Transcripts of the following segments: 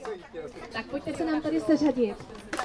Tak pojďte se nám tady seřadit.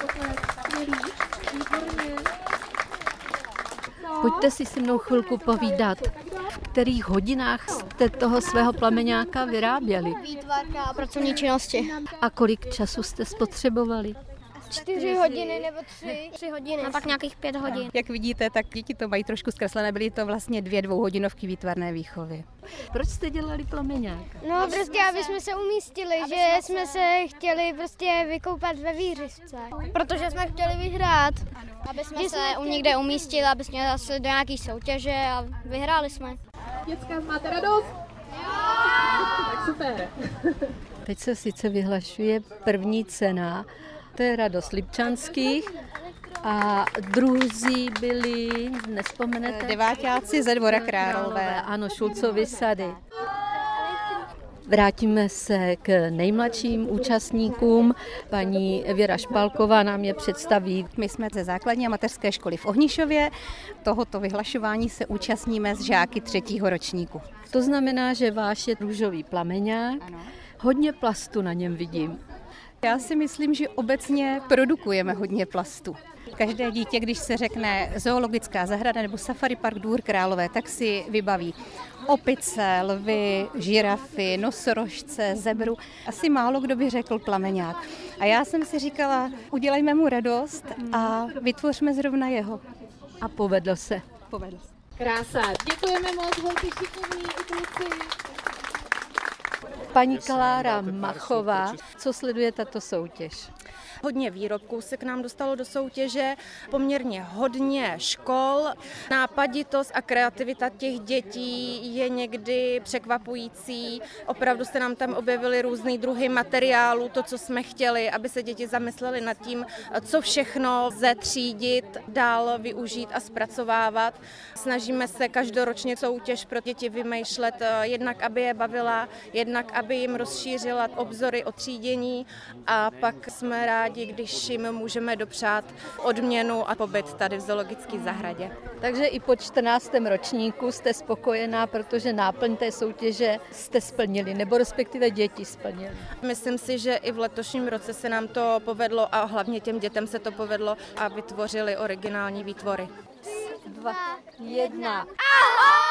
Pojďte si se mnou chvilku povídat. V kterých hodinách jste toho svého plameňáka vyráběli? Výtvarka a pracovní činnosti. A kolik času jste spotřebovali? 4 hodiny nebo 3 hodiny. A tak nějakých 5 hodin. Jak vidíte, tak děti to mají trošku zkreslené, byly to vlastně 2 dvouhodinovky výtvarné výchovy. Proč jste dělali plameňák? No prostě, aby jsme se umístili, že jsme se chtěli prostě vykoupat ve výřivce. Protože jsme chtěli vyhrát. Aby jsme se někde umístili, aby jsme zase do nějaký soutěže a vyhráli jsme. Děcka, máte radost? Jo! Tak super. Teď se sice vyhlašuje první cena, to je Radost Lipčanských, a druzí byli, nevzpomenete? Deváťáci ze Dvora Králové. Ano, Šulcovy sady. Vrátíme se k nejmladším účastníkům. Paní Věra Špalková nám je představí. My jsme ze základní a mateřské školy v Ohnišově. Tohoto vyhlašování se účastníme s žáky 3. ročníku. To znamená, že váš je růžový plameňák. Ano. Hodně plastu na něm vidím. Já si myslím, že obecně produkujeme hodně plastu. Každé dítě, když se řekne zoologická zahrada nebo safari park Dvůr Králové, tak si vybaví opice, lvy, žirafy, nosorožce, zebru. Asi málo kdo by řekl plameňák. A já jsem si říkala, udělejme mu radost a vytvořme zrovna jeho. A povedlo se. Povedlo se. Krása. Děkujeme moc, holky šikovní i kluci. Paní Klára Machová, co sleduje tato soutěž? Hodně výrobků se k nám dostalo do soutěže, poměrně hodně škol. Nápaditost a kreativita těch dětí je někdy překvapující. Opravdu se nám tam objevily různý druhy materiálů, to, co jsme chtěli, aby se děti zamyslely nad tím, co všechno lze třídit, dál využít a zpracovávat. Snažíme se každoročně soutěž pro děti vymýšlet, jednak aby je bavila, jednak aby jim rozšířila obzory o třídění, a pak jsme rádi, když jim můžeme dopřát odměnu a pobyt tady v zoologické zahradě. Takže i po 14. ročníku jste spokojená, protože náplň té soutěže jste splnili, nebo respektive děti splnili. Myslím si, že i v letošním roce se nám to povedlo a hlavně těm dětem se to povedlo a vytvořili originální výtvory. 2, 1. Ahoj!